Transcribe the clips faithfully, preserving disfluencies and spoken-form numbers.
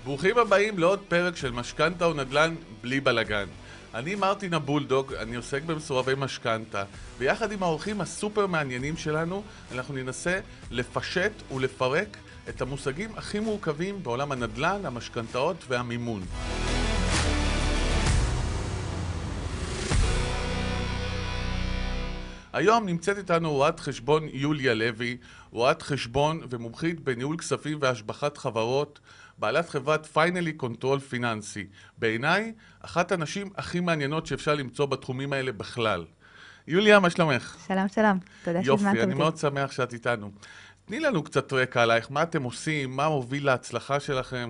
ברוכים הבאים לעוד פרק של משכנתה ונדל"ן בלי בלגן. אני מרטין הבולדוג, אני עוסק במסורבי משכנתה, ויחד עם האורחים הסופר מעניינים שלנו, אנחנו ננסה לפשט ולפרק את המושגים הכי מורכבים בעולם הנדל"ן, המשכנתאות והמימון. היום נמצאת איתנו רואת חשבון יוליה לוי, רואת חשבון ומומחית בניהול כספים והשבחת חברות, בעלת חברת פיינלי קונטרול פיננסי. בעיניי, אחת הנשים הכי מעניינות שאפשר למצוא בתחומים האלה בכלל. יוליה, מה שלומך? שלום, שלום. תודה שהזמנת אותי. יופי, אני מאוד שמח שאת איתנו. תני לנו קצת רקע עלייך, מה אתם עושים, מה מוביל להצלחה שלכם?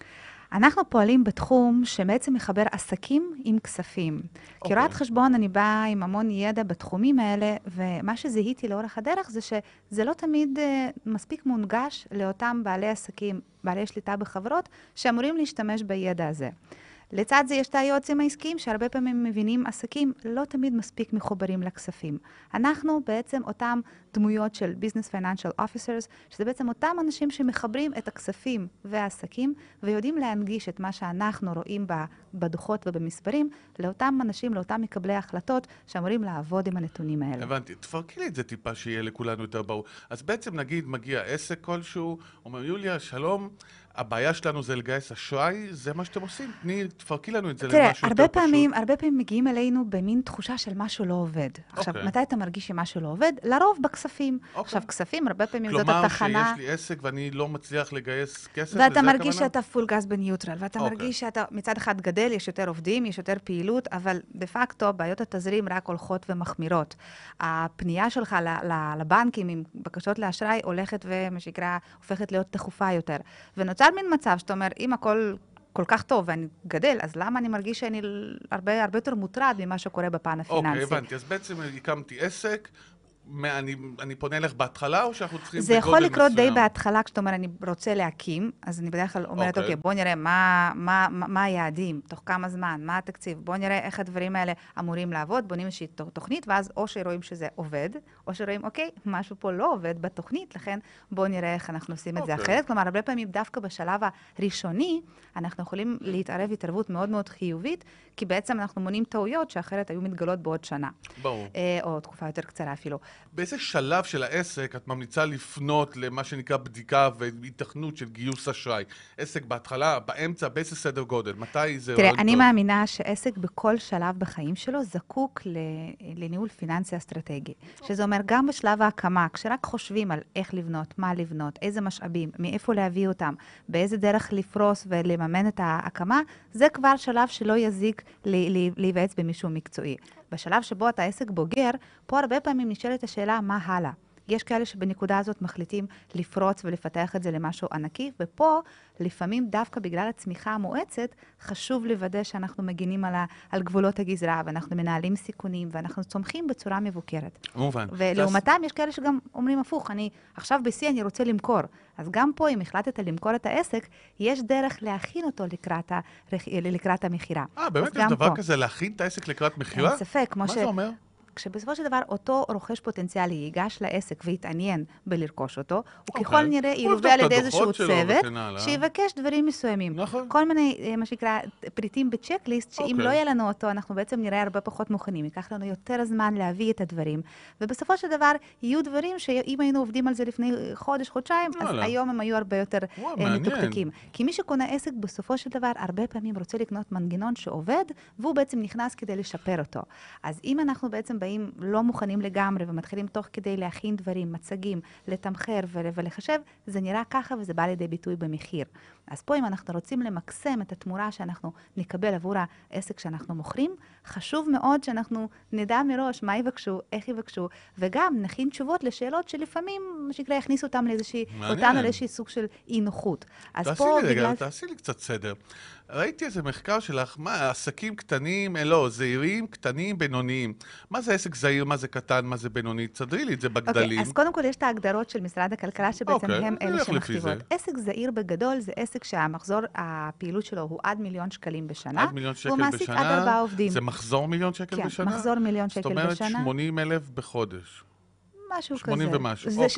אנחנו פועלים בתחום שבעצם מחבר עסקים עם כספים. Okay. כרואת חשבון אני באה עם המון ידע בתחומים האלה, ומה שזיהיתי לאורך הדרך זה שזה לא תמיד uh, מספיק מונגש לאותם בעלי עסקים, בעלי שליטה בחברות, שאמורים להשתמש בידע הזה. לצד זה יש את היועצים העסקיים שהרבה פעמים מבינים עסקים לא תמיד מספיק מחוברים לכספים. אנחנו בעצם אותם דמויות של Business Financial Officers, שזה בעצם אותם אנשים שמחברים את הכספים והעסקים, ויודעים להנגיש את מה שאנחנו רואים בדוחות ובמספרים, לאותם אנשים, לאותם מקבלי ההחלטות, שאמורים לעבוד עם הנתונים האלה. הבנתי, תפרקי לי את זה טיפה שיהיה לכולנו יותר ברור. אז בעצם נגיד מגיע עסק כלשהו, אומר יוליה, שלום, הבעיה שלנו זה לגייס אשראי, זה מה שאתם עושים? תני, תפרקי לנו את זה תראה, למשהו הרבה יותר פעמים, פשוט. הרבה פעמים מגיעים אלינו במין תחושה של משהו לא עובד. עכשיו, אוקיי. מתי אתה מרגיש שמשהו לא עובד? לרוב בכספים. אוקיי. עכשיו, כספים, הרבה פעמים זאת כלומר, התחנה. שיש לי עסק ואני לא מצליח לגייס כסף, ואתה לזה מרגיש הכוונה? שאתה פול גז בניוטרל, ואתה אוקיי. מרגיש שאתה מצד אחד גדל, יש יותר עובדים, יש יותר פעילות, אבל דה פקטו, בעיות התזרים רק הולכות ומחמירות. הפנייה שלך ל- ל- לבנקים עם בקשות לאשראי הולכת ומה שנקרא, הופכת להיות תכופה יותר. ונוצר מין מצב שאתה אומר, אם הכל כל כך טוב ואני גדל, אז למה אני מרגיש שאני הרבה, הרבה יותר מוטרד ממה שקורה בפן הפיננסי? אוקיי, הבנתי. אז בעצם הקמתי עסק, מה, אני, אני פונה לך בהתחלה, או שאנחנו צריכים זה בגודל יכול לקרות די מסוים? בהתחלה, כשאתה אומר, אני רוצה להקים, אז אני בדרך כלל אומרת, אוקיי. אוקיי, בוא נראה מה, מה, מה, מה היעדים, תוך כמה זמן, מה התקציב, בוא נראה איך הדברים האלה אמורים לעבוד, בונים איזושהי תוכנית, ואז או שרואים שזה עובד, או שרואים, אוקיי, משהו פה לא עובד בתוכנית, לכן בוא נראה איך אנחנו עושים את זה אוקיי. אחרת. כלומר, הרבה פעמים דווקא בשלב הראשוני, אנחנו יכולים להתערב התערבות מאוד מאוד חיובית, כי בעצם אנחנו מונים טעויות שאחרת היו מתגלות בעוד שנה. ברור. אה, או תקופה יותר קצרה אפילו. באיזה שלב של העסק את ממליצה לפנות למה שנקרא בדיקה והתכנות של גיוס אשראי? עסק בהתחלה, באמצע, באיזה סדר גודל? מתי זה... תראה, רעיון אני טוב? מאמינה שעסק בכל שלב בחיים שלו זקוק ל- לניהול פיננסי אסטרטגי. שזה אומר גם בשלב ההקמה, כשרק חושבים על איך לבנות, מה לבנות, איזה משאבים, מאיפה להביא אותם, באיזה דרך לפרוס ולממן את ההקמה, זה כבר שלב שלא יזיק ל- ל- להיוועץ במישהו מקצועי. בשלב שבו אתה עסק בוגר, פה הרבה פעמים נשאלת השאלה מה הלאה. יש כאלה שבנקודה הזאת מחליטים לפרוץ ולפתח את זה למשהו ענקי, ופה לפעמים דווקא בגלל הצמיחה המואצת, חשוב לוודא שאנחנו מגינים על, ה, על גבולות הגזרה, ואנחנו מנהלים סיכונים, ואנחנו צומחים בצורה מבוקרת. מובן. ולעומתם יש כאלה שגם אומרים הפוך, אני עכשיו בשיא אני רוצה למכור. אז גם פה אם החלטת למכור את העסק, יש דרך להכין אותו לקראת, ה, לקראת המחירה. אה, באמת יש דבר פה. כזה להכין את העסק לקראת מחירה? אין ספק, כמו מה ש... זה אומר? כשבסופו של דבר אותו רוכש פוטנציאלי ייגש לעסק ויתעניין בלרכוש אותו, הוא אוקיי. ככל נראה ילווה על ידי איזשהו צוות, שיבקש דברים מסוימים. נכון. כל מיני, מה שנקרא, פריטים בצ'קליסט, שאם אוקיי. לא יהיה לנו אותו, אנחנו בעצם נראה הרבה פחות מוכנים. ייקח לנו יותר זמן להביא את הדברים, ובסופו של דבר יהיו דברים שאם היינו עובדים על זה לפני חודש, חודשיים, אז וואלה. היום הם היו הרבה יותר וואו, אה, מעניין. מתוקתקים. כי מי שקונה עסק בסופו של דבר, הרבה פעמים רוצה לקנות מנגנון שעובד, והוא בעצם נכנס כדי לשפר אותו. אז אם אנחנו בעצם באים לא מוכנים לגמרי ומתחילים תוך כדי להכין דברים, מצגים, לתמחר ול- ולחשב, זה נראה ככה וזה בא לידי ביטוי במחיר. אז פה אם אנחנו רוצים למקסם את התמורה שאנחנו נקבל עבור העסק שאנחנו מוכרים, חשוב מאוד שאנחנו נדע מראש מה יבקשו, איך יבקשו, וגם נכין תשובות לשאלות שלפעמים, מה שנקרא, יכניסו אותם לאיזושהי, אותנו לאיזושהי סוג של אי נוחות. אז תעשי פה לי רגע, בגלל... תעשי לי קצת סדר. ראיתי איזה מחקר שלך, מה, עסקים קטנים, אה, לא, זעירים, קטנים, בינוניים. מה זה עסק זעיר, מה זה קטן, מה זה בינוני? תסדרי לי את זה בגדלים. אוקיי, אז קודם כל יש את ההגדרות של משרד הכלכלה, שבעצם אוקיי, הם אלה נלך לפי שמכתיבות. זה. עסק זעיר בגדול זה עסק שהמחזור הפעילות שלו הוא עד מיליון שקלים בשנה. עד מיליון שקל והוא מעסיק בשנה. עד ארבעה עובדים. זה מחזור מיליון שקל כן, בשנה? מחזור מיליון שקל זאת אומרת בשנה. שמונים אלף בחודש. משהו כזה. שמונים ומשהו, זה, אוקיי. שזה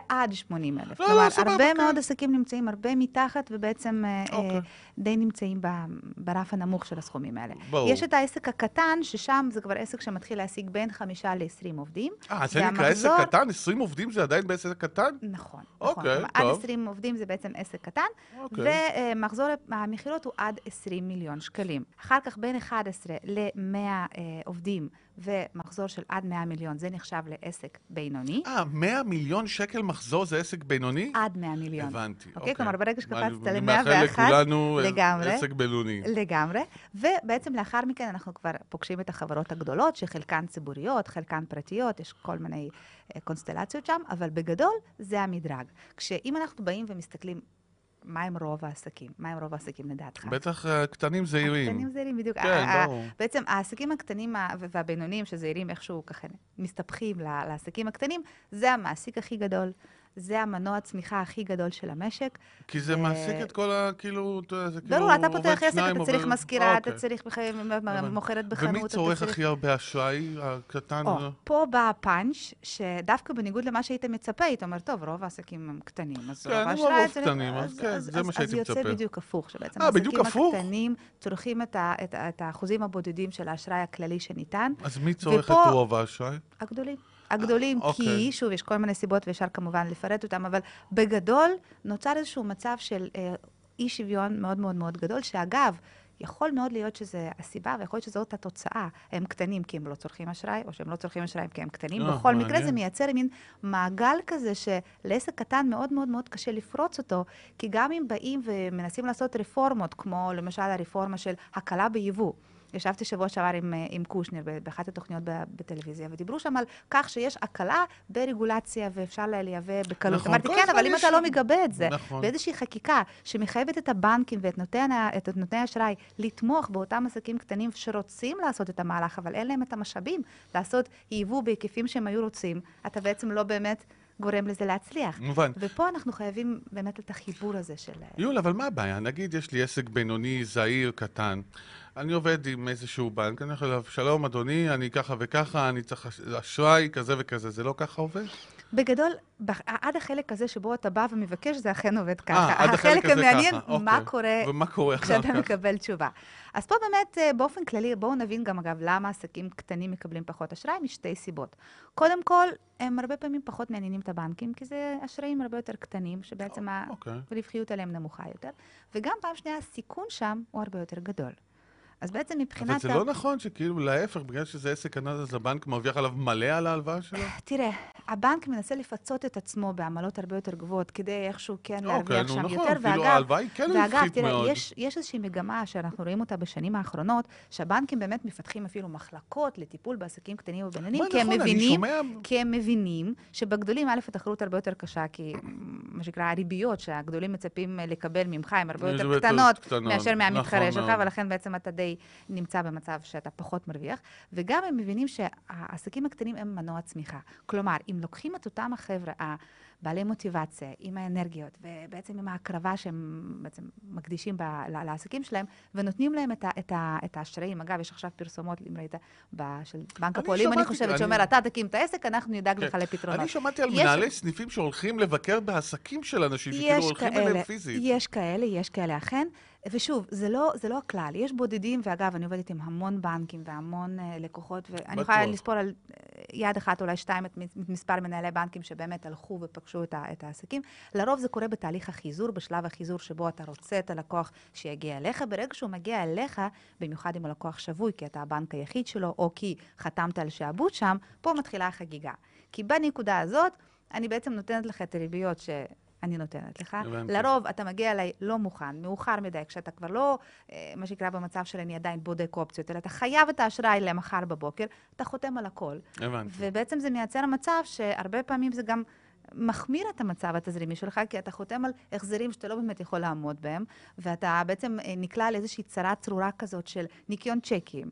ועד שמונים אלף. לא, כלומר, לא, סבבה, הרבה כן. מאוד עסקים נמצאים הרבה מתחת, ובעצם אה, אוקיי. אה, די נמצאים ב- ברף הנמוך של הסכומים האלה. ברור. יש את העסק הקטן, ששם זה כבר עסק שמתחיל להשיג בין חמישה לעשרים עובדים. אה, זה נקרא עסק והמחזור- קטן? עשרים עובדים זה עדיין בעסק קטן? נכון, אוקיי, נכון. כלומר, עד טוב. עשרים עובדים זה בעצם עסק קטן, אוקיי. ומחזור המכירות הוא עד עשרים מיליון שקלים. אחר כך בין אחד עשר ל-מאה אה, עובדים ומחזור של עד מאה מיליון, זה נחשב לעסק בינוני. אה, מאה מיליון שקל מחזור זה עסק בינוני? עד מאה מיליון. הבנתי, אוקיי? כלומר, ברגע שקפצת אני ל-מאה מאחל ואחת, לכולנו לגמרי. עסק בינוני. לגמרי, ובעצם לאחר מכן אנחנו כבר פוגשים את החברות הגדולות, שחלקן ציבוריות, חלקן פרטיות, יש כל מיני אה, קונסטלציות שם, אבל בגדול זה המדרג. כשאם אנחנו באים ומסתכלים, מה הם רוב העסקים? מה הם רוב העסקים לדעתך? בטח אה, קטנים זעירים. הקטנים זעירים, בדיוק. כן, ה- ה- ברור. בעצם העסקים הקטנים ה- והבינוניים, שזעירים איכשהו ככה מסתבכים ל- לעסקים הקטנים, זה המעסיק הכי גדול, זה המנוע הצמיחה הכי גדול של המשק. כי זה ו- מעסיק את כל ה... כאילו, אתה יודע, זה כאילו... ברור, אתה עובד פותח עסק, שניים, אתה צריך עובד- מזכירה, אתה אוקיי. צריך בח- מוכרת בחנות. ומי אתה צורך צריך- הכי הרבה אשראי? הקטן? או, פה בא הפאנץ' שדווקא בניגוד למה שהיית מצפה, היית אומר, טוב, רוב העסקים הם קטנים, אז כן, רוב הם האשראי רוב צריך- קטנים, אז כן, זה מה שהייתי אז מצפה. יוצא בדיוק הפוך, שבעצם אה, בדיוק העסקים הפוך? הקטנים צורכים את ה- את ה- את האחוזים הבודדים של האשראי הכללי שניתן, אז מי צורך את ופה- רוב האשראי? הגדולים. הגדולים, אוקיי. כי, שוב, יש כל מיני סיבות ואפשר כמובן לפרט אותם, אבל בגדול נוצר איזשהו מצב של אה, אי שוויון מאוד מאוד מאוד גדול, שאגב, יכול מאוד להיות שזה הסיבה, ויכול להיות שזאת התוצאה. הם קטנים כי הם לא צורכים אשראי, או שהם לא צורכים אשראי כי הם קטנים. אה, בכל מקרה מעניין. זה מייצר מין מעגל כזה שלעסק קטן מאוד מאוד מאוד קשה לפרוץ אותו, כי גם אם באים ומנסים לעשות רפורמות, כמו למשל הרפורמה של הקלה ביבוא, ישבתי שבוע שעבר עם, עם קושניר באחת התוכניות בטלוויזיה, ודיברו שם על כך שיש הקלה ברגולציה ואפשר לייבא בקלות. נכון, אמרתי, כל כן, הזמן אבל אם יש אתה לא שם- מגבה את זה, נכון. באיזושהי חקיקה שמחייבת את הבנקים ואת נותני, את נותני האשראי לתמוך באותם עסקים קטנים שרוצים לעשות את המהלך, אבל אין להם את המשאבים לעשות ייבוא בהיקפים שהם היו רוצים, אתה בעצם לא באמת גורם לזה להצליח. מובן. ופה אנחנו חייבים באמת את החיבור הזה של... יול, אבל מה הבעיה? נגיד יש לי עסק בינוני, זעיר, קטן. אני עובד עם איזשהו בנק, אני יכול להגיד, שלום אדוני, אני ככה וככה, אני צריך אשראי כזה וכזה, זה לא ככה עובד? בגדול, בח- עד החלק הזה שבו אתה בא ומבקש, זה אכן עובד ככה. אה, עד החלק הזה המעניין, ככה, מה אוקיי. קורה ומה קורה אחר כשאתה כך? מקבל תשובה. אז פה באמת, אה, באופן כללי, בואו נבין גם, אגב, למה עסקים קטנים מקבלים פחות אשראי, משתי סיבות. קודם כל, הם הרבה פעמים פחות מעניינים את הבנקים, כי זה אשראים הרבה יותר קטנים, שבעצם אוקיי. הרווחיות עליהם נמוכה יותר. וגם פעם שנייה, הסיכון שם הוא הרבה יותר גדול. אז בעצם מבחינת... אבל זה לא נכון שכאילו להפך, בגלל שזה עסק קטן, אז הבנק מרוויח עליו מלא על ההלוואה שלו? תראה, הבנק מנסה לפצות את עצמו בעמלות הרבה יותר גבוהות, כדי איכשהו כן להרוויח נו, שם נכון, יותר. כאילו ההלוואה היא כן ואגב, רווחית תראה, מאוד. יש, יש איזושהי מגמה שאנחנו רואים אותה בשנים האחרונות, שהבנקים באמת מפתחים אפילו מחלקות לטיפול בעסקים קטנים ובינוניים, מה כי הם נכון, אני מבינים, שומע- כי הם מבינים שבגדולים, א', התחרות הרבה יותר קשה, כי מה שנקרא, הריביות שהגדולים מצפים לקבל ממך, הן הרבה זה יותר יותר קטנות קטנות, מאשר מהמתחרה נכון שלך, מאוד. ולכן בעצם אתה די נמצא במצב שאתה פחות מרוויח, וגם הם מבינים שהעסקים הקטנים הם מנוע צמיחה. כלומר, אם לוקחים את אותם החבר'ה, בעלי מוטיבציה, עם האנרגיות, ובעצם עם ההקרבה שהם בעצם מקדישים ב- ל- לעסקים שלהם, ונותנים להם את, ה- את, ה- את האשראים. אגב, יש עכשיו פרסומות, אם ראית, ב- של בנק אני הפועלים, אני שמעתי, חושבת, אני- שאומר, אתה תקים את העסק, אנחנו נדאג כן. לך לפתרונות. אני שמעתי על יש- מנהלי סניפים שהולכים לבקר בעסקים של אנשים, שכאילו יש הולכים כאלה, אליהם פיזית. יש כאלה, יש כאלה אכן. ושוב, זה לא, זה לא הכלל. יש בודדים, ואגב, אני עובדת עם המון בנקים והמון uh, לקוחות, ואני יכולה בטוח. לספור על uh, יד אחת, אולי שתיים, את מ- מספר מנהלי בנקים שבאמת הלכו ופגשו את, ה, את העסקים. לרוב זה קורה בתהליך החיזור, בשלב החיזור שבו אתה רוצה את הלקוח שיגיע אליך. ברגע שהוא מגיע אליך, במיוחד אם הלקוח שבוי, כי אתה הבנק היחיד שלו, או כי חתמת על שעבוד שם, פה מתחילה החגיגה. כי בנקודה הזאת, אני בעצם נותנת לך את הריביות ש... אני נותנת לך. הבנתי. לרוב אתה מגיע אליי לא מוכן, מאוחר מדי, כשאתה כבר לא, אה, מה שקרה במצב של אני עדיין בודק אופציות, אלא אתה חייב את האשראי למחר בבוקר, אתה חותם על הכל. הבנתי. ובעצם זה מייצר מצב שהרבה פעמים זה גם מחמיר את המצב התזרימי שלך, כי אתה חותם על החזרים שאתה לא באמת יכול לעמוד בהם, ואתה בעצם אה, נקלע לאיזושהי צרה צרורה כזאת של ניקיון צ'קים,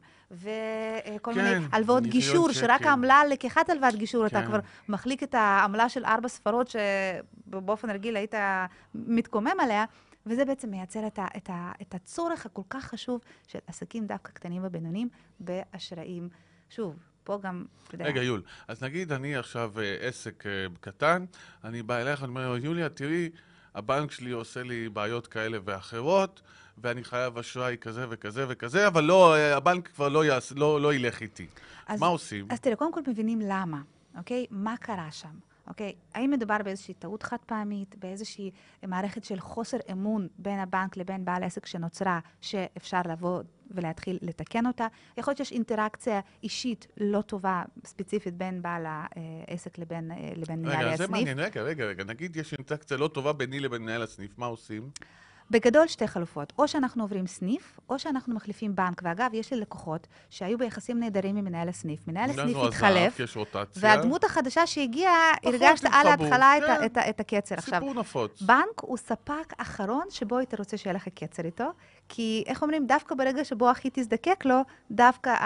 וכל כן, מיני הלוואות ניקיון גישור, שרק צ'קים. העמלה על לקיחת הלוואת גישור, אתה כן. כבר מחליק את העמלה של ארבע ספרות שבאופן רגיל היית מתקומם עליה, וזה בעצם מייצר את, ה, את, ה, את הצורך הכל כך חשוב של עסקים דווקא קטנים ובינוניים באשראים. שוב, פה גם, אתה יודע... רגע, יול, אז נגיד אני עכשיו אה, עסק אה, קטן, אני בא אליך, אני אומר, יוליה, תראי, הבנק שלי עושה לי בעיות כאלה ואחרות, ואני חייב אשראי כזה וכזה וכזה, אבל לא, אה, הבנק כבר לא, יעש, לא, לא ילך איתי. אז, מה עושים? אז תראה, קודם כל מבינים למה, אוקיי? מה קרה שם? אוקיי? האם מדובר באיזושהי טעות חד פעמית, באיזושהי מערכת של חוסר אמון בין הבנק לבין בעל העסק שנוצרה, שאפשר לבוא ולהתחיל לתקן אותה? יכול להיות שיש אינטראקציה אישית לא טובה, ספציפית בין בעל העסק לבין, לבין מנהל הסניף. רגע, זה מעניין, רגע, רגע, רגע, נגיד יש אינטראקציה לא טובה ביני לבין מנהל הסניף, מה עושים? בגדול שתי חלופות, או שאנחנו עוברים סניף, או שאנחנו מחליפים בנק. ואגב, יש לי לקוחות שהיו ביחסים נהדרים עם מנהל הסניף. מנהל הסניף התחלף, והדמות החדשה שהגיעה, הרגשת על ההתחלה כן. את, את, את הקצר. סיפור עכשיו, נפוץ. בנק הוא ספק אחרון שבו היית רוצה שיהיה לך קצר איתו, כי איך אומרים, דווקא ברגע שבו הכי תזדקק לו, דווקא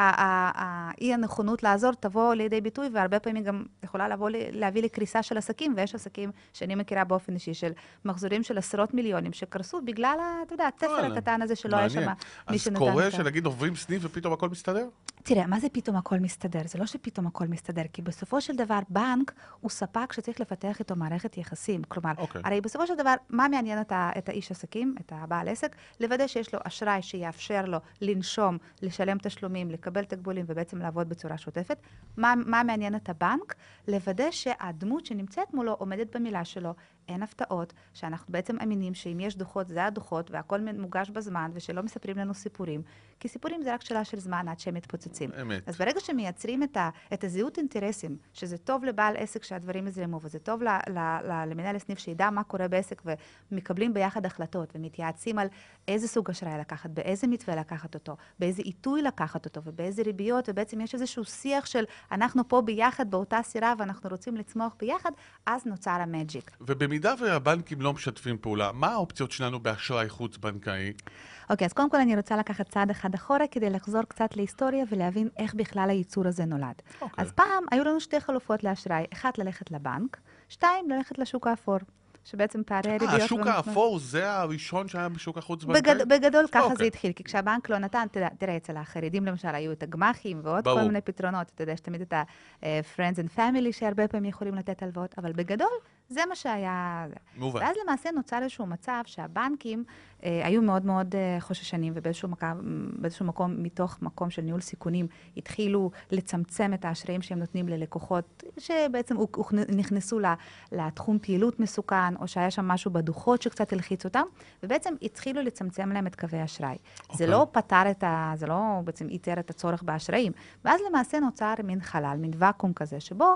האי הנכונות לעזור תבוא לידי ביטוי, והרבה פעמים גם יכולה לבוא, להביא לקריסה של עסקים, ויש עסקים שאני מכירה באופן אישי של מחזורים של עשרות מיליונים שקרסו בגלל, אתה יודע, התפר הקטן הזה שלא היה שם מי שנתן אותה. אז קורה שנגיד עוברים סניף ופתאום הכל מסתדר? תראה, מה זה פתאום הכל מסתדר? זה לא שפתאום הכל מסתדר, כי בסופו של דבר בנק הוא ספק שצריך לפתח איתו מערכת יחסים. כלומר, okay. הרי בסופו של דבר, מה מעניין את, ה, את האיש עסקים, את הבעל עסק? לוודא שיש לו אשראי שיאפשר לו לנשום, לשלם תשלומים, לקבל תקבולים ובעצם לעבוד בצורה שוטפת. מה, מה מעניין את הבנק? לוודא שהדמות שנמצאת מולו עומדת במילה שלו, אין הפתעות, שאנחנו בעצם אמינים שאם יש דוחות, זה הדוחות, והכל מוגש בזמן, ושלא מספרים לנו סיפורים. כי סיפורים זה רק שאלה של זמן עד שהם מתפוצצים. אמת. אז ברגע שמייצרים את, ה, את הזהות אינטרסים, שזה טוב לבעל עסק שהדברים יזרמו, וזה טוב ל, ל, ל, למנהל הסניף שידע מה קורה בעסק, ומקבלים ביחד החלטות, ומתייעצים על איזה סוג אשראי לקחת, באיזה מתווה לקחת אותו, באיזה עיתוי לקחת אותו, ובאיזה ריביות, ובעצם יש איזשהו שיח של אנחנו פה ביחד באותה סירה, ואנחנו רוצים לצמוח ביחד, אז נוצר המג'יק. ובמידה והבנקים לא משתפים פעולה, מה האופציות שלנו באשראי חוץ-בנקאי? אוקיי, אז קודם כל אני רוצה לקחת צעד אחד אחורה כדי לחזור קצת להיסטוריה ולהבין איך בכלל הייצור הזה נולד. אוקיי. אז פעם היו לנו שתי חלופות לאשראי, אחת ללכת לבנק, שתיים ללכת לשוק האפור. שבעצם פערי ריביות... אה, השוק האפור זה הראשון שהיה בשוק החוץ-בנקאי? בגד, בגדול ככה זה התחיל, כי כשהבנק לא נתן, תראה, תראה, אצל החרדים למשל היו את הגמחים ועוד כל מיני פתרונות, אתה יודע, שתמיד את ה-friends and family שהרבה פעמים יכולים לתת הלוואות, אבל בגדול זה מה שהיה... מובן. ואז למעשה נוצר איזשהו מצב שהבנקים אה, היו מאוד מאוד אה, חוששנים, ובאיזשהו מקום, באיזשהו מקום, מתוך מקום של ניהול סיכונים, התחילו לצמצם את האשראים שהם נותנים ללקוחות, שבעצם נכנסו לתחום פעילות מסוכן, או שהיה שם משהו בדוחות שקצת הלחיץ אותם, ובעצם התחילו לצמצם להם את קווי האשראי. Okay. זה לא פתר את ה... זה לא בעצם ייתר את הצורך באשראים. ואז למעשה נוצר מין חלל, מין ואקום כזה, שבו,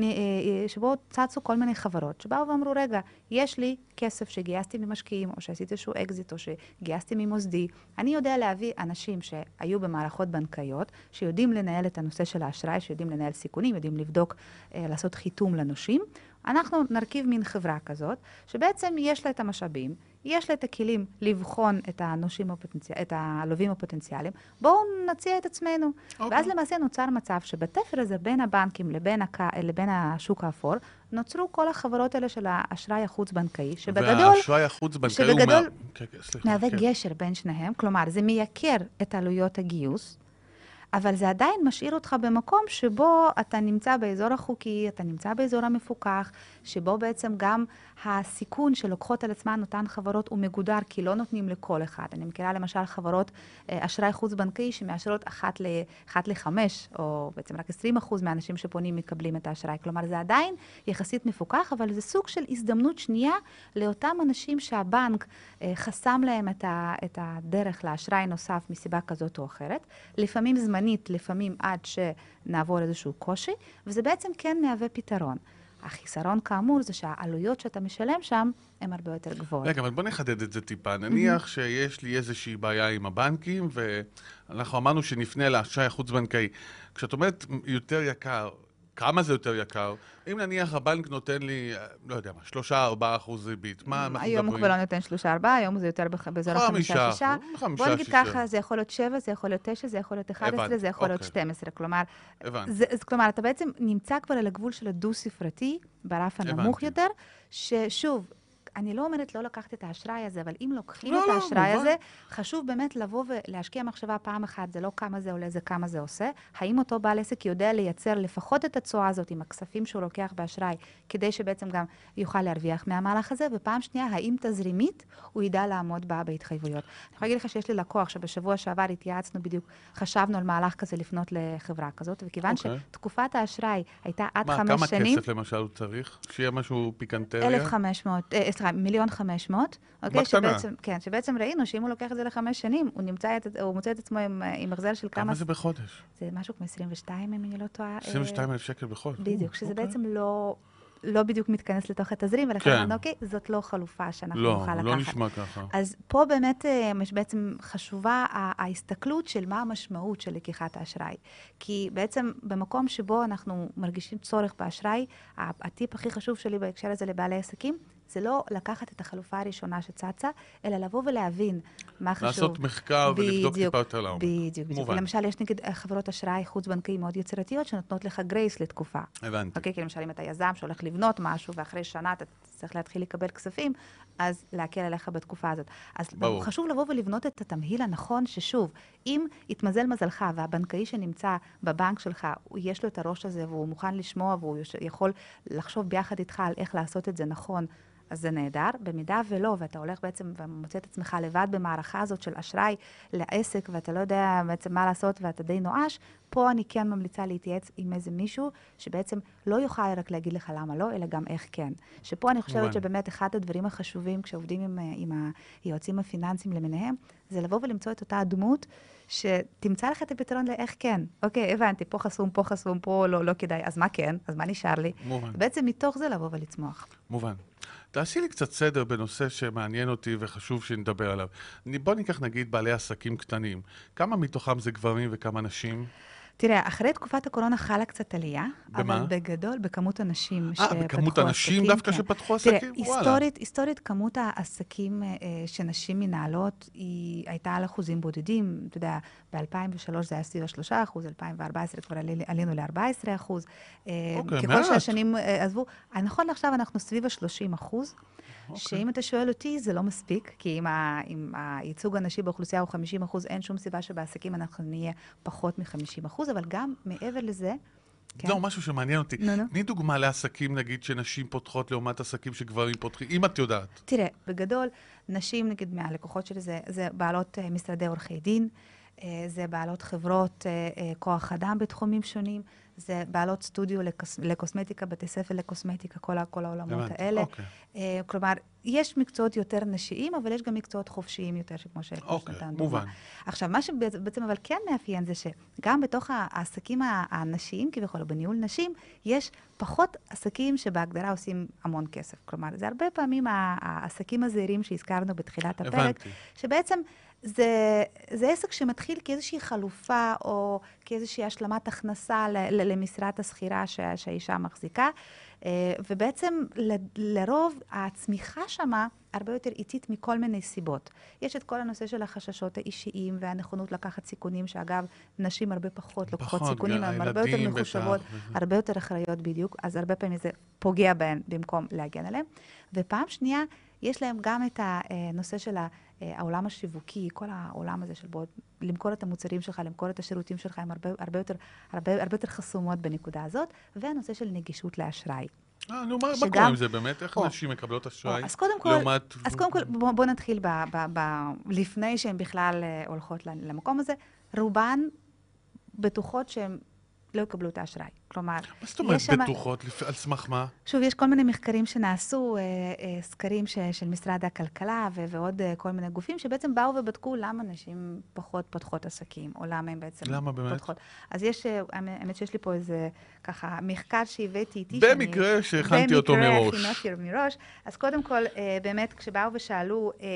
שבו צצו כל מיני חברות, שבאו ואמרו, רגע, יש לי כסף שגייסתי ממשקיעים, או שעשיתי איזשהו אקזיט, או שגייסתי ממוסדי. אני יודע להביא אנשים שהיו במערכות בנקאיות, שיודעים לנהל את הנושא של האשראי, שיודעים לנהל סיכונים, יודעים לבדוק, לעשות חיתום לנושים. אנחנו נרכיב מין חברה כזאת, שבעצם יש לה את המשאבים, יש לה את הכלים לבחון את הנושים הפוטנציאל, את הלווים הפוטנציאליים, בואו נציע את עצמנו. Okay. ואז למעשה נוצר מצב שבתפר הזה בין הבנקים לבין, הק... לבין השוק האפור, נוצרו כל החברות האלה של האשראי החוץ-בנקאי, שבגדול... והאשראי החוץ-בנקאי שבגדול הוא... מה... כן, כן, סליחה, מהווה כן. גשר בין שניהם, כלומר, זה מייקר את עלויות הגיוס, אבל זה עדיין משאיר אותך במקום שבו אתה נמצא באזור החוקי, אתה נמצא באזור המפוקח, שבו בעצם גם הסיכון שלוקחות על עצמן אותן חברות הוא מגודר, כי לא נותנים לכל אחד. אני מכירה למשל חברות אשראי חוץ-בנקאי שמאשרות אחת, ל, אחת לחמש, או בעצם רק עשרים אחוז מהאנשים שפונים מקבלים את האשראי. כלומר, זה עדיין יחסית מפוקח, אבל זה סוג של הזדמנות שנייה לאותם אנשים שהבנק חסם להם את, ה, את הדרך לאשראי נוסף מסיבה כזאת או אחרת. לפעמים זמנית, לפעמים עד שנעבור איזשהו קושי, וזה בעצם כן מהווה פתרון. החיסרון כאמור זה שהעלויות שאתה משלם שם הן הרבה יותר גבוהות. רגע, אבל בוא נחדד את זה טיפה. נניח שיש לי איזושהי בעיה עם הבנקים, ואנחנו אמרנו שנפנה לאשראי החוץ-בנקאי. כשאת אומרת יותר יקר, כמה זה יותר יקר? אם נניח הבנק נותן לי, לא יודע מה, שלושה, ארבעה אחוז ריבית, מה אנחנו מדברים? היום הוא כבר לא נותן שלושה, ארבעה, היום זה יותר באזור החמישה, שישה. בוא נגיד ככה, זה יכול להיות שבע, זה יכול להיות תשע, זה יכול להיות אחד עשרה, זה יכול להיות שתים עשרה. כלומר, כלומר, אתה בעצם נמצא כבר על הגבול של הדו-ספרתי, ברף הנמוך יותר, ששוב, אני לא אומרת לא לקחת את האשראי הזה, אבל אם לוקחים לא, את לא, האשראי מובן. הזה, חשוב באמת לבוא ולהשקיע מחשבה פעם אחת, זה לא כמה זה עולה, זה כמה זה עושה. האם אותו בעל עסק יודע לייצר לפחות את התשואה הזאת עם הכספים שהוא לוקח באשראי, כדי שבעצם גם יוכל להרוויח מהמהלך הזה, ופעם שנייה, האם תזרימית הוא ידע לעמוד בה בהתחייבויות. אני יכולה להגיד לך שיש לי לקוח שבשבוע שעבר התייעצנו בדיוק, חשבנו על מהלך כזה לפנות לחברה כזאת, וכיוון אוקיי. שתקופת האשראי הייתה עד מה, חמש כמה שנים, כסף למשל הוא צריך? שיהיה משהו פיקנטריה? אלף וחמש מאות, אה, סליחה, מיליון חמש מאות, אוקיי? בקטנה. שבעצם, כן, שבעצם ראינו שאם הוא לוקח את זה לחמש שנים, הוא נמצא, את, הוא מוצא את עצמו עם, עם החזר של כמה... כמה זה בחודש? זה משהו כמו עשרים ושתיים, אם אני לא טועה. עשרים ושתיים אלף שקל בחודש. בדיוק, שזה אוקיי. בעצם לא... לא בדיוק מתכנס לתוך התזרים, ולכן כן. אמרנו, אוקיי, זאת לא חלופה שאנחנו לא, נוכל לקחת. לא נשמע ככה. אז פה באמת אה, יש בעצם חשובה ה- ההסתכלות של מה המשמעות של לקיחת האשראי. כי בעצם במקום שבו אנחנו מרגישים צורך באשראי, ה- הטיפ הכי חשוב שלי בהקשר הזה לבעלי עסקים, זה לא לקחת את החלופה הראשונה שצצה, אלא לבוא ולהבין מה חשוב. לעשות מחקר ולבדוק בדיוק, טיפה יותר לעומק. בדיוק, בדיוק. מובן. למשל, יש נגד חברות אשראי חוץ-בנקאיים מאוד יצירתיות, שנותנות לך גרייס לתקופה. הבנתי. אוקיי, כי למשל, אם אתה יזם שהולך לבנות משהו, ואחרי שנה אתה צריך להתחיל לקבל כספים, אז להקל עליך בתקופה הזאת. אז ברור. חשוב לבוא ולבנות את התמהיל הנכון, ששוב, אם יתמזל מזלך, והבנקאי שנמצא בבנק שלך, יש לו את הראש הזה, והוא מוכן לשמוע, והוא יכול לחשוב ביחד איתך על איך לעשות את זה נכון, אז זה נהדר. במידה ולא, ואתה הולך בעצם ומוצא את עצמך לבד במערכה הזאת של אשראי לעסק, ואתה לא יודע בעצם מה לעשות, ואתה די נואש, פה אני כן ממליצה להתייעץ עם איזה מישהו, שבעצם לא יוכל רק להגיד לך למה לא, אלא גם איך כן. שפה אני חושבת מובן. שבאמת אחד הדברים החשובים, כשעובדים עם, עם היועצים הפיננסיים למיניהם, זה לבוא ולמצוא את אותה הדמות, שתמצא לך את הפתרון לאיך כן. אוקיי, הבנתי, פה חסום, פה חסום, פה לא, לא כדאי, אז מה כן? אז מה נשאר לי? מובן. בעצם מתוך זה לבוא ולצמוח. מובן. תעשי לי קצת סדר בנושא שמעניין אותי וחשוב שנדבר עליו. אני- בוא ניקח נגיד בעלי עסקים קטנים. כמה מתוכם זה גברים וכמה נשים? תראה, אחרי תקופת הקורונה חלה קצת עלייה, במה? אבל בגדול בכמות הנשים שפתחו אה, עסקים. בכמות הנשים דווקא כן. שפתחו תראה, עסקים? וואלה. היסטורית, היסטורית כמות העסקים אה, שנשים מנהלות היא הייתה על אחוזים בודדים. אתה יודע, ב-אלפיים ושלוש זה היה סביב ה-שלושה אחוז, אלפיים וארבע עשרה כבר עלי- עלינו ל-ארבעה עשרה אחוז. אה, אוקיי, ככל מעט. שהשנים אה, עזבו, נכון לעכשיו אנחנו סביב ה-שלושים אחוז. אוקיי. שאם אתה שואל אותי, זה לא מספיק, כי אם, ה, אם הייצוג הנשי באוכלוסייה הוא חמישים אחוז, אין שום סיבה שבעסקים אנחנו נהיה פחות מ-חמישים אחוז, אבל גם מעבר לזה, כן. לא, משהו שמעניין אותי. נו, נו. תני דוגמה לעסקים, נגיד, שנשים פותחות לעומת עסקים שגברים פותחים, אם את יודעת. תראה, בגדול, נשים, נגיד, מהלקוחות שלי, זה, זה בעלות uh, משרדי עורכי דין, uh, זה בעלות חברות uh, uh, כוח אדם בתחומים שונים, זה בעלות סטודיו לקוס, לקוסמטיקה, בתי ספר לקוסמטיקה, כל, ה- כל העולמות הבנתי, האלה. אוקיי. Uh, כלומר, יש מקצועות יותר נשיים, אבל יש גם מקצועות חופשיים יותר, שכמו ש- כמו אוקיי, שנתן דוגמה. מובן. עכשיו, מה שבעצם אבל כן מאפיין זה שגם בתוך העסקים ה- הנשיים, כביכול, או בניהול נשים, יש פחות עסקים שבהגדרה עושים המון כסף. כלומר, זה הרבה פעמים ה- העסקים הזעירים שהזכרנו בתחילת הפרק, הבנתי. שבעצם זה, זה עסק שמתחיל כאיזושהי חלופה, או כאיזושהי השלמת הכנסה ל- ל- למשרת השכירה שה- שהאישה מחזיקה, אה, ובעצם ל- לרוב הצמיחה שמה הרבה יותר איטית מכל מיני סיבות. יש את כל הנושא של החששות האישיים והנכונות לקחת סיכונים, שאגב, נשים הרבה פחות לוקחות פחות, סיכונים, הן הרבה יותר הילדים בטח, מחושבות, וזה. הרבה יותר אחראיות בדיוק, אז הרבה פעמים זה פוגע בהן במקום להגן עליהן. ופעם שנייה, יש להם גם את הנושא של ה- העולם השיווקי, כל העולם הזה של בוא למכור את המוצרים שלך, למכור את השירותים שלך, הם הרבה, הרבה, יותר, הרבה, הרבה יותר חסומות בנקודה הזאת, והנושא של נגישות לאשראי. אה, נו, מה מה שגם- קורה עם זה באמת? איך או, נשים מקבלות אשראי? או, אז קודם כל, לעומת... אז קודם כל, בוא, בוא נתחיל ב, ב, ב, לפני שהן בכלל אה, הולכות למקום הזה. רובן בטוחות שהן לא יקבלו את האשראי. כלומר, מה זאת אומרת יש שמה- בטוחות? לפ- על סמך מה? שוב, יש כל מיני מחקרים שנעשו, אה, אה, סקרים ש, של משרד הכלכלה ו, ועוד אה, כל מיני גופים, שבעצם באו ובדקו למה נשים פחות פותחות עסקים, או למה הן בעצם למה באמת? פותחות. אז יש, אה, האמת שיש לי פה איזה, ככה, מחקר שהבאתי איתי. במקרה שהכנתי אותו מראש. במקרה הכינותי מראש. אז קודם כל, אה, באמת, כשבאו ושאלו, אה,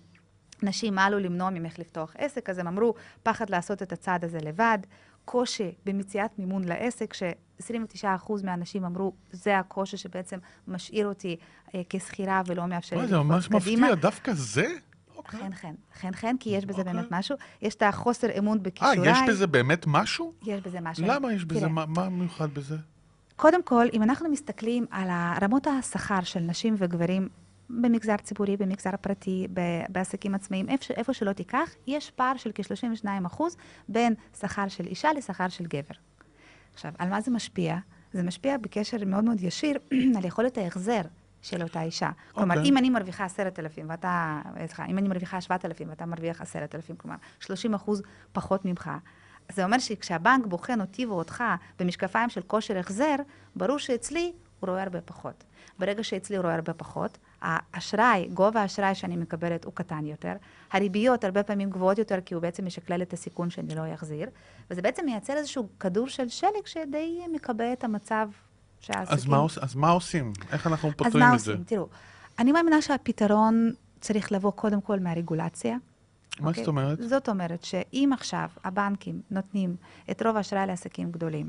נשים, מה עלו למנוע ממך לפתוח עסק, אז הם אמרו, פחד לעשות את הצעד הזה לבד, קושי במציאת מימון לעסק, ש-עשרים ותשעה אחוז מהאנשים אמרו, זה הקושי שבעצם משאיר אותי אה, כשכירה ולא מאפשר לי וואי, זה ממש קדימה. מפתיע, דווקא זה? אוקיי. חן חן, חן חן, כי יש בזה אוקיי. באמת משהו. יש את החוסר אמון אה, בכישוריי. יש בזה באמת משהו? יש בזה משהו. למה יש בזה? תראה, מה מה מיוחד בזה? קודם כל, אם אנחנו מסתכלים על רמות השכר של נשים וגברים, במגזר ציבורי, במגזר פרטי, בעסקים עצמאיים, איפה, איפה שלא תיקח, יש פער של כ-שלושים ושניים אחוז בין שכר של אישה לשכר של גבר. עכשיו, על מה זה משפיע? זה משפיע בקשר מאוד מאוד ישיר על יכולת ההחזר של אותה אישה. Okay. כלומר, אם אני מרוויחה עשרת אלפים, ואתה, אם אני מרוויחה שבעת אלפים, ואתה מרוויח עשרת אלפים, כלומר, שלושים אחוז פחות ממך, זה אומר שכשהבנק בוחן אותי ואותך במשקפיים של כושר החזר, ברור שאצלי הוא רואה הרבה פחות. ברגע שאצלי הוא רואה הרבה פחות, האשראי, גובה האשראי שאני מקבלת הוא קטן יותר, הריביות הרבה פעמים גבוהות יותר, כי הוא בעצם משקלל את הסיכון שאני לא יחזיר, וזה בעצם מייצר איזשהו כדור של שלג שדי מקבע את המצב שהעסקים... אז מה, אז מה עושים? איך אנחנו פותרים את זה? אז מה עושים? תראו, אני מאמינה שהפתרון צריך לבוא קודם כל מהרגולציה. מה okay? זאת אומרת? זאת אומרת שאם עכשיו הבנקים נותנים את רוב האשראי לעסקים גדולים,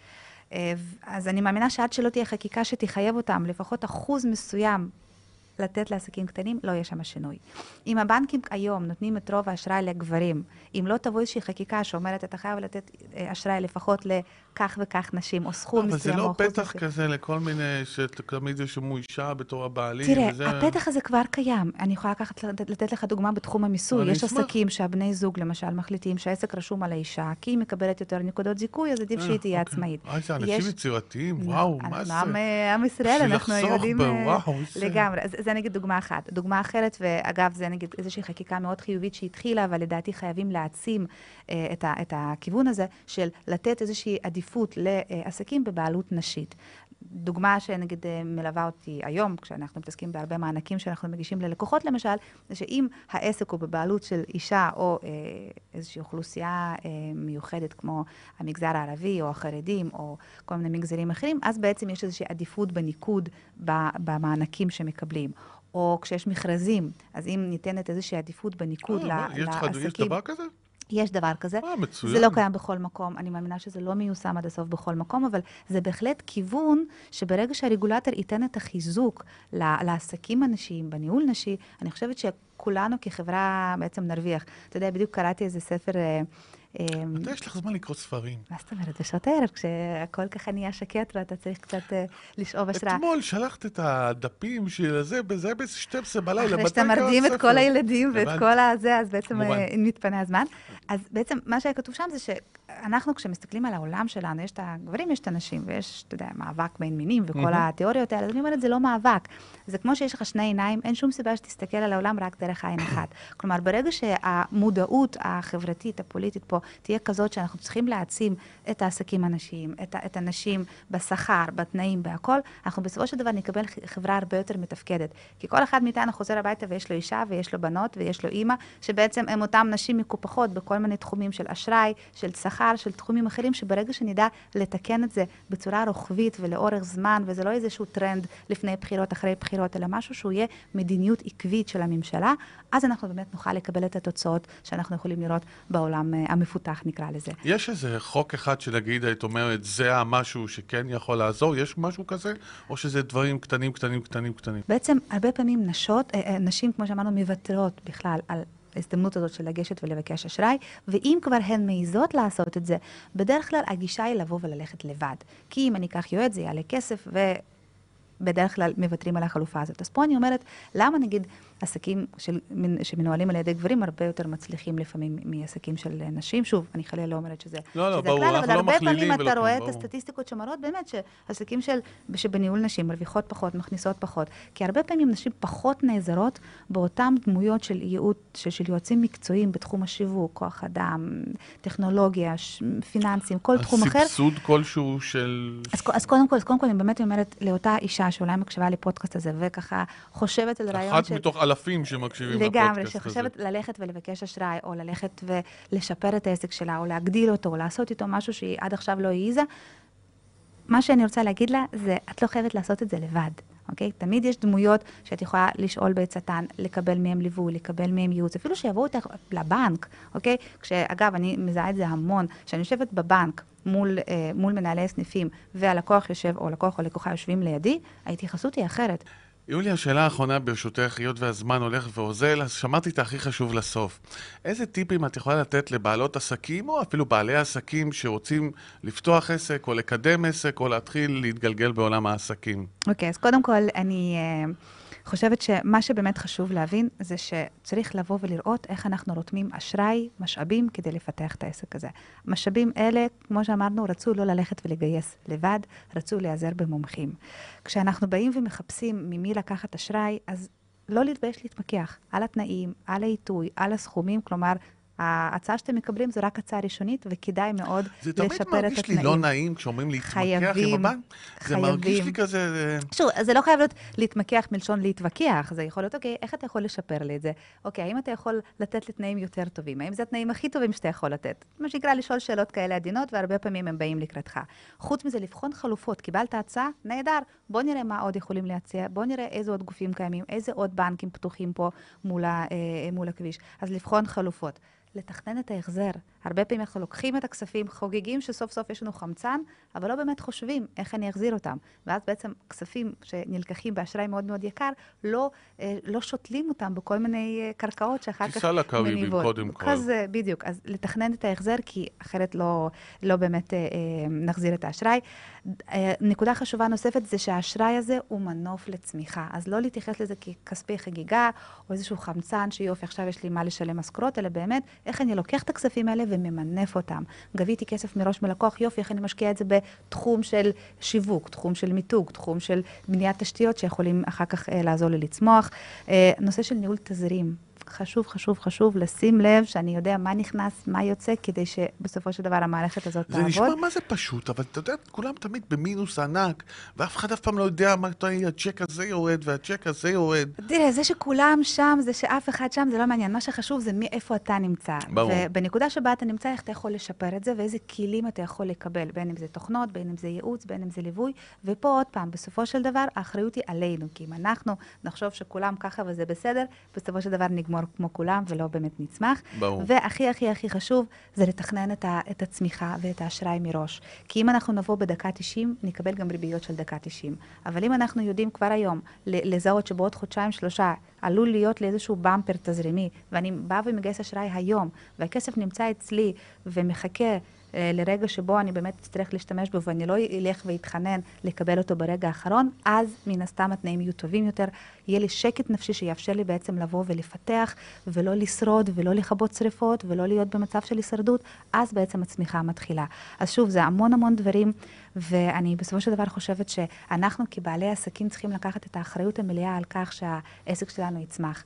אז אני מאמינה שעד שלא תהיה חקיקה שתחייב אותם, לפחות אחוז מסוים לתת לעסקים קטנים, לא יהיה שם שינוי. אם הבנקים היום נותנים את רוב האשראי לגברים, אם לא תבוא איזושהי חקיקה שאומרת, אתה חייב לתת אשראי לפחות לכך וכך נשים, או סכום מסוים. אבל זה לא פתח כזה לכל מיני, שתמיד ישמו אישה בתור הבעלים. תראה, הפתח הזה כבר קיים. אני יכולה לתת לך דוגמה בתחום המיסוי. יש עסקים שהבני זוג, למשל, מחליטים שהעסק רשום על האישה, כי היא מקבלת יותר נקודות זיכוי, אז עדיף שהיא תהיה עצמאית. אה, זה אנשים יצירתיים, וואו, מה זה? עם ישראל, אנחנו יודעים לגמרי. זה נגיד דוגמה אחת. דוגמה אחרת, ואגב, זה נגיד איזושהי חקיקה מאוד חיובית שהתחילה, אבל לדעתי חייבים להעצים את, ה, את הכיוון הזה של לתת איזושהי עדיפות לעסקים בבעלות נשית. דוגמה שנגיד מלווה אותי היום, כשאנחנו מתעסקים בהרבה מענקים שאנחנו מגישים ללקוחות למשל, זה שאם העסק הוא בבעלות של אישה או אה, איזושהי אוכלוסייה אה, מיוחדת כמו המגזר הערבי או החרדים או כל מיני מגזרים אחרים, אז בעצם יש איזושהי עדיפות בניקוד במענקים שמקבלים. או כשיש מכרזים, אז אם ניתנת איזושהי עדיפות בניקוד לעסקים... יש דבר כזה? יש דבר כזה. אה, מצוין. זה לא קיים בכל מקום. אני מאמינה שזה לא מיושם עד הסוף בכל מקום, אבל זה בהחלט כיוון שברגע שהרגולטור ייתן את החיזוק לעסקים הנשיים, בניהול נשי, אני חושבת שכולנו כחברה בעצם נרוויח. אתה יודע, בדיוק קראתי איזה ספר... מתי יש לך זמן לקרוא ספרים? מה זאת אומרת? בשעות הערב, כשהכל ככה נהיה שקט ואתה צריך קצת לשאוב השראה. אתמול שלחת את הדפים של זה, בזה ב-שתים עשרה בלילה. אחרי שאתה מרדים את כל הילדים ואת כל הזה, אז בעצם מתפנה הזמן. אז בעצם מה שהיה כתוב שם זה שאנחנו כשמסתכלים על העולם שלנו, יש את הגברים, יש את הנשים, ויש, אתה יודע, מאבק בין מינים וכל התיאוריות האלה, אז אני אומרת, זה לא מאבק. זה כמו שיש לך שני עיניים, אין שום סיבה שתסתכל על העולם רק דרך העין אחת. כלומר, ברגע שהמודעות החברתית, הפוליטית פה, תהיה כזאת שאנחנו צריכים להעצים את העסקים הנשיים, את, את הנשים בשכר, בתנאים, בהכל, אנחנו בסופו של דבר נקבל חברה הרבה יותר מתפקדת. כי כל אחד מאיתנו חוזר הביתה ויש לו אישה ויש לו בנות ויש לו אימא, שבעצם הם אותם נשים מקופחות בכל מיני תחומים של אשראי, של שכר, של תחומים אחרים, שברגע שנדע לתקן את זה בצורה רוחבית ולאורך זמן, וזה לא איזשהו טרנד לפני בחירות, אחרי בחירות, אלא משהו שהוא יהיה מדיניות עקבית של הממשלה, אז אנחנו באמת נוכל לקבל את התוצאות שאנחנו יכולים לראות בעולם המפותח, נקרא לזה. יש איזה חוק אחד שנגיד, היית אומרת, זה המשהו שכן יכול לעזור? יש משהו כזה? או שזה דברים קטנים, קטנים, קטנים, קטנים? בעצם, הרבה פעמים נשות, נשים, כמו שאמרנו, מוותרות בכלל על ההזדמנות הזאת של לגשת ולבקש אשראי, ואם כבר הן מעיזות לעשות את זה, בדרך כלל הגישה היא לבוא וללכת לבד. כי אם אני אקח יועץ, זה יעלה כסף, ובדרך כלל מוותרים על החלופה הזאת. אז פה אני אומרת, למה נגיד עסקים של, שמנוהלים על ידי גברים הרבה יותר מצליחים לפעמים מעסקים של נשים? שוב, אני חלילה לא אומרת שזה, לא, לא, שזה ברור, הכלל, אבל הרבה לא פעמים אתה ולא רואה ברור. את הסטטיסטיקות שמראות באמת שעסקים של, שבניהול נשים מרוויחות פחות, מכניסות פחות. כי הרבה פעמים נשים פחות נעזרות באותן דמויות של ייעוץ, של, של יועצים מקצועיים בתחום השיווק, כוח אדם, טכנולוגיה, ש, פיננסים, כל תחום אחר. הסבסוד כלשהו של... אז, אז קודם כל, אז קודם כל, אני באמת אומרת לאותה אישה שאולי מקשיבה לפודקאסט הזה, וככה חושבת על רעיון אחת של... מתוך אלפים שמקשיבים לפודקאסט הזה. לגמרי, שחושבת ללכת ולבקש אשראי, או ללכת ולשפר את העסק שלה, או להגדיל אותו, או לעשות איתו משהו שהיא עד עכשיו לא העיזה. מה שאני רוצה להגיד לה, זה, את לא חייבת לעשות את זה לבד, אוקיי? תמיד יש דמויות שאת יכולה לשאול בעצתן, לקבל מהם ליווי, לקבל מהם ייעוץ, אפילו שיבואו אותך לבנק, אוקיי? כשאגב, אני מזהה את זה המון, שאני יושבת בבנק, מול, אה, מול מנהלי סניפים, והלקוח יושב, או לקוח או לקוחה יושבים לידי, ההתייחסות היא אחרת. יוליה, השאלה האחרונה ברשותך, היות והזמן הולך ואוזל, אז שמרתי את הכי חשוב לסוף. איזה טיפים את יכולה לתת לבעלות עסקים, או אפילו בעלי עסקים שרוצים לפתוח עסק, או לקדם עסק, או להתחיל להתגלגל בעולם העסקים? אוקיי, אז קודם כל אני uh, חושבת שמה שבאמת חשוב להבין זה שצריך לבוא ולראות איך אנחנו רותמים אשראי, משאבים, כדי לפתח את העסק הזה. משאבים אלה, כמו שאמרנו, רצו לא ללכת ולגייס לבד, רצו להיעזר במומחים. כשאנחנו באים ומחפשים ממי לקחת אשראי, אז לא להתבייש להתמקח על התנאים, על העיתוי, על הסכומים, כלומר, ההצעה שאתם מקבלים זו רק הצעה ראשונית, וכדאי מאוד לשפר את התנאים. זה תמיד מרגיש לי לא נעים כשאומרים להתמקח עם הבנק. זה מרגיש לי כזה... שוב, זה לא חייב להיות להתמקח מלשון להתווכח. זה יכול להיות, אוקיי, איך אתה יכול לשפר לי את זה? אוקיי, האם אתה יכול לתת לי תנאים יותר טובים? האם זה התנאים הכי טובים שאתה יכול לתת? מה שנקרא לשאול שאלות כאלה עדינות, והרבה פעמים הם באים לקראתך. חוץ מזה, לבחון חלופות. קיבלת הצעה? נהדר. בוא נראה מה עוד יכולים להציע. בוא נראה איזה עוד גופים קיימים, איזה עוד בנקים פתוחים פה מול, מול הכביש. אז לבחון חלופות. לתכנן את ההחזר. הרבה פעמים אנחנו לוקחים את הכספים, חוגגים שסוף סוף יש לנו חמצן, אבל לא באמת חושבים איך אני אחזיר אותם. ואז בעצם כספים שנלקחים באשראי מאוד מאוד יקר, לא, לא שותלים אותם בכל מיני קרקעות שאחר כך מניבות. תיסע לקריבים קודם כל. כזה, בדיוק. אז לתכנן את ההחזר, כי אחרת לא, לא באמת אה, נחזיר את האשראי. אה, נקודה חשובה נוספת זה שהאשראי הזה הוא מנוף לצמיחה. אז לא להתייחס לזה ככספי חגיגה, או איזשהו חמצן שיופי, עכשיו יש לי מה לשלם משכורות, אלא באמת איך אני לוקח את הכספים האלה וממנף אותם. גביתי כסף מראש מלקוח, יופי, איך אני משקיע את זה בתחום של שיווק, תחום של מיתוג, תחום של בניית תשתיות שיכולים אחר כך אה, לעזור לי לצמוח. אה, נושא של ניהול תזרים. חשוב, חשוב, חשוב לשים לב שאני יודע מה נכנס, מה יוצא, כדי שבסופו של דבר המערכת הזאת תעבוד. זה נשמע מה זה פשוט, אבל אתה יודע, כולם תמיד במינוס ענק, ואף אחד אף פעם לא יודע מה הצ'ק הזה יורד, והצ'ק הזה יורד. תראה, זה שכולם שם, זה שאף אחד שם, זה לא מעניין. מה שחשוב זה מאיפה אתה נמצא. ברור. ובנקודה שבה אתה נמצא, איך אתה יכול לשפר את זה, ואיזה כלים אתה יכול לקבל, בין אם זה תוכנות, בין אם זה ייעוץ, בין אם זה ליווי. ופה עוד פעם, בסופו של דבר, האחריות היא עלינו, כי אם אנחנו נחשוב שכולם ככה וזה בסדר, בסופו של דבר נגמור כמו כולם, ולא באמת נצמח. ברור. והכי, הכי, הכי חשוב, זה לתכנן את, ה, את הצמיחה ואת האשראי מראש. כי אם אנחנו נבוא בדקה תשעים, נקבל גם ריביות של דקה תשעים. אבל אם אנחנו יודעים כבר היום, לזהות שבעוד חודשיים, שלושה, עלול להיות לאיזשהו במפר תזרימי, ואני באה ומגייס אשראי היום, והכסף נמצא אצלי ומחכה לרגע שבו אני באמת אצטרך להשתמש בו, ואני לא אלך והתחנן לקבל אותו ברגע האחרון, אז מן הסתם התנאים יהיו טובים יותר, יהיה לי שקט נפשי שיאפשר לי בעצם לבוא ולפתח, ולא לשרוד, ולא לכבות שריפות, ולא להיות במצב של הישרדות, אז בעצם הצמיחה מתחילה. אז שוב, זה המון המון דברים, ואני בסופו של דבר חושבת שאנחנו כבעלי עסקים צריכים לקחת את האחריות המלאה על כך שהעסק שלנו יצמח.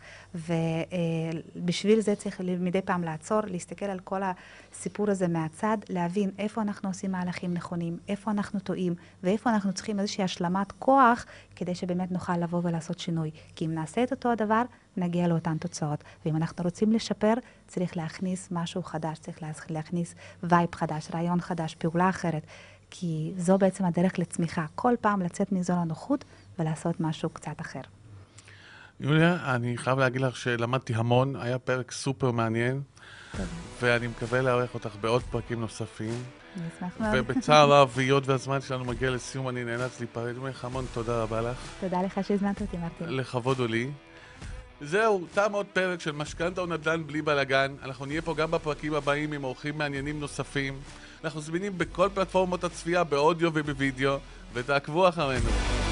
ובשביל זה צריך מדי פעם לעצור, להסתכל על כל הסיפור הזה מהצד, להבין איפה אנחנו עושים מהלכים נכונים, איפה אנחנו טועים, ואיפה אנחנו צריכים איזושהי השלמת כוח, כדי שבאמת נוכל לבוא ולעשות שינוי. כי אם נעשה את אותו הדבר, נגיע לאותן תוצאות. ואם אנחנו רוצים לשפר, צריך להכניס משהו חדש, צריך להכניס וייב חדש, רעיון חדש, פעולה אחרת. כי זו בעצם הדרך לצמיחה. כל פעם לצאת מאזור הנוחות ולעשות משהו קצת אחר. יוליה, אני חייב להגיד לך שלמדתי המון, היה פרק סופר מעניין, טוב. ואני מקווה לארח אותך בעוד פרקים נוספים. אני אשמח מאוד. ובצער רב, היות והזמן שלנו מגיע לסיום, אני נאלץ להיפרד ממך המון, תודה רבה לך. תודה לך שהזמנת אותי, מרטין. לכבוד הוא לי. זהו, תם עוד פרק של משכנתא ונדל"ן בלי בלגן. אנחנו נהיה פה גם בפרקים הבאים עם אורחים מעניינים נוספים. אנחנו זמינים בכל פלטפורמות הצפייה, באודיו ובווידאו, ותעקבו אחרינו.